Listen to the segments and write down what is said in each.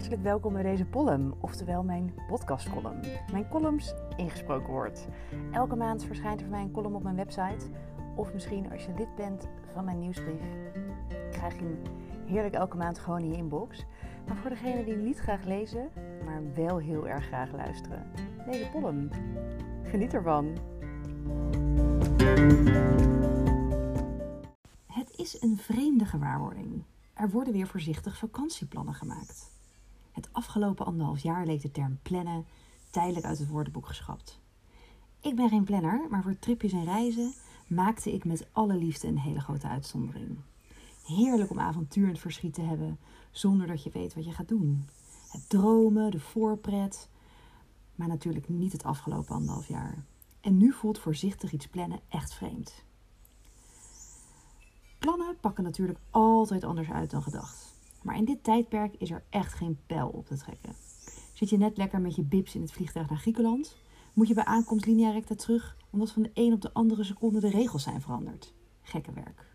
Hartelijk welkom bij deze column, oftewel mijn podcastcolumn. Mijn columns ingesproken wordt. Elke maand verschijnt er van mij een column op mijn website. Of misschien als je lid bent van mijn nieuwsbrief, krijg je hem heerlijk elke maand gewoon in je inbox. Maar voor degenen die niet graag lezen, maar wel heel erg graag luisteren, deze column. Geniet ervan! Het is een vreemde gewaarwording. Er worden weer voorzichtig vakantieplannen gemaakt. Het afgelopen 1,5 jaar leek de term plannen tijdelijk uit het woordenboek geschrapt. Ik ben geen planner, maar voor tripjes en reizen maakte ik met alle liefde een hele grote uitzondering. Heerlijk om avontuur in het verschiet te hebben, zonder dat je weet wat je gaat doen. Het dromen, de voorpret, maar natuurlijk niet het afgelopen 1,5 jaar. En nu voelt voorzichtig iets plannen echt vreemd. Plannen pakken natuurlijk altijd anders uit dan gedacht. Maar in dit tijdperk is er echt geen pijl op te trekken. Zit je net lekker met je bibs in het vliegtuig naar Griekenland? Moet je bij aankomst linea recta terug, omdat van de een op de andere seconde de regels zijn veranderd. Gekke werk.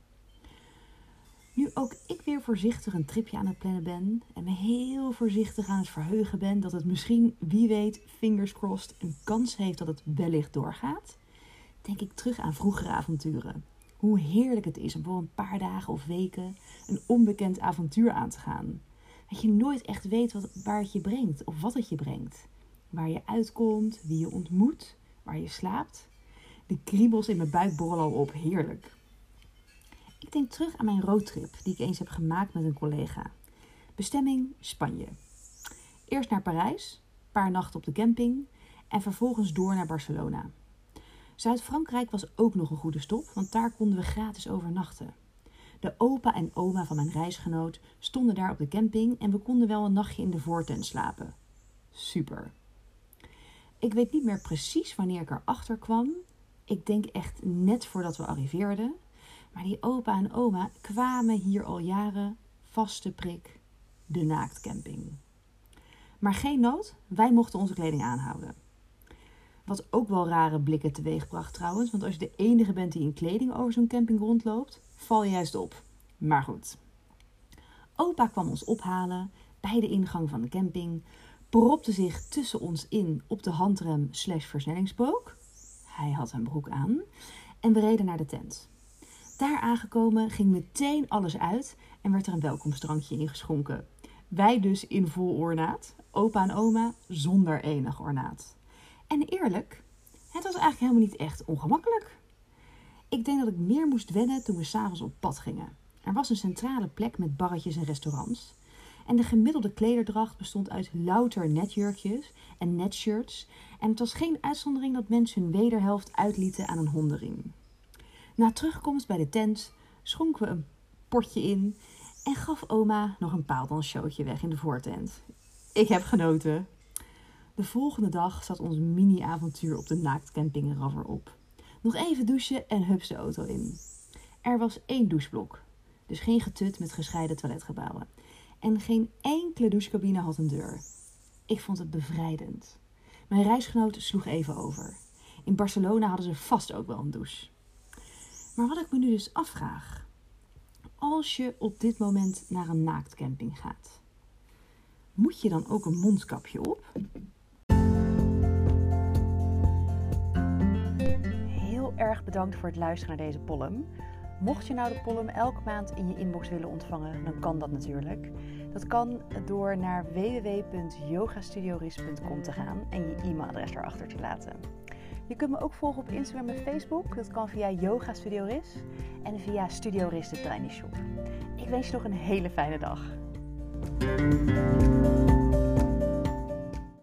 Nu ook ik weer voorzichtig een tripje aan het plannen ben en me heel voorzichtig aan het verheugen ben dat het misschien, wie weet, fingers crossed, een kans heeft dat het wellicht doorgaat, denk ik terug aan vroegere avonturen. Hoe heerlijk het is om voor een paar dagen of weken een onbekend avontuur aan te gaan. Dat je nooit echt weet waar het je brengt of wat het je brengt. Waar je uitkomt, wie je ontmoet, waar je slaapt. De kriebels in mijn buik borrelen al op, heerlijk. Ik denk terug aan mijn roadtrip die ik eens heb gemaakt met een collega. Bestemming Spanje. Eerst naar Parijs, een paar nachten op de camping en vervolgens door naar Barcelona. Zuid-Frankrijk was ook nog een goede stop, want daar konden we gratis overnachten. De opa en oma van mijn reisgenoot stonden daar op de camping en we konden wel een nachtje in de voortent slapen. Super. Ik weet niet meer precies wanneer ik erachter kwam. Ik denk echt net voordat we arriveerden. Maar die opa en oma kwamen hier al jaren, vaste prik, de naaktcamping. Maar geen nood, wij mochten onze kleding aanhouden. Wat ook wel rare blikken teweegbracht trouwens, want als je de enige bent die in kleding over zo'n camping rondloopt, val je juist op. Maar goed. Opa kwam ons ophalen bij de ingang van de camping, propte zich tussen ons in op de handrem/versnellingspook. Hij had een broek aan en we reden naar de tent. Daar aangekomen ging meteen alles uit en werd er een welkomstdrankje ingeschonken. Wij dus in vol ornaat, opa en oma zonder enig ornaat. En eerlijk, het was eigenlijk helemaal niet echt ongemakkelijk. Ik denk dat ik meer moest wennen toen we 's avonds op pad gingen. Er was een centrale plek met barretjes en restaurants. En de gemiddelde klederdracht bestond uit louter netjurkjes en netshirts. En het was geen uitzondering dat mensen hun wederhelft uitlieten aan een hondenring. Na terugkomst bij de tent schonken we een potje in en gaf oma nog een paaldansshowtje weg in de voortent. Ik heb genoten. De volgende dag zat ons mini-avontuur op de naaktcamping er op. Nog even douchen en hups de auto in. Er was 1 doucheblok, dus geen getut met gescheiden toiletgebouwen. En geen enkele douchecabine had een deur. Ik vond het bevrijdend. Mijn reisgenoot sloeg even over. In Barcelona hadden ze vast ook wel een douche. Maar wat ik me nu dus afvraag. Als je op dit moment naar een naaktcamping gaat, moet je dan ook een mondkapje op? Heel erg bedankt voor het luisteren naar deze column. Mocht je nou de column elke maand in je inbox willen ontvangen, dan kan dat natuurlijk. Dat kan door naar www.yogastudioris.com te gaan en je e-mailadres daarachter te laten. Je kunt me ook volgen op Instagram en Facebook. Dat kan via Yoga Studio Ris en via Studio Ris de Tiny Shop. Ik wens je nog een hele fijne dag.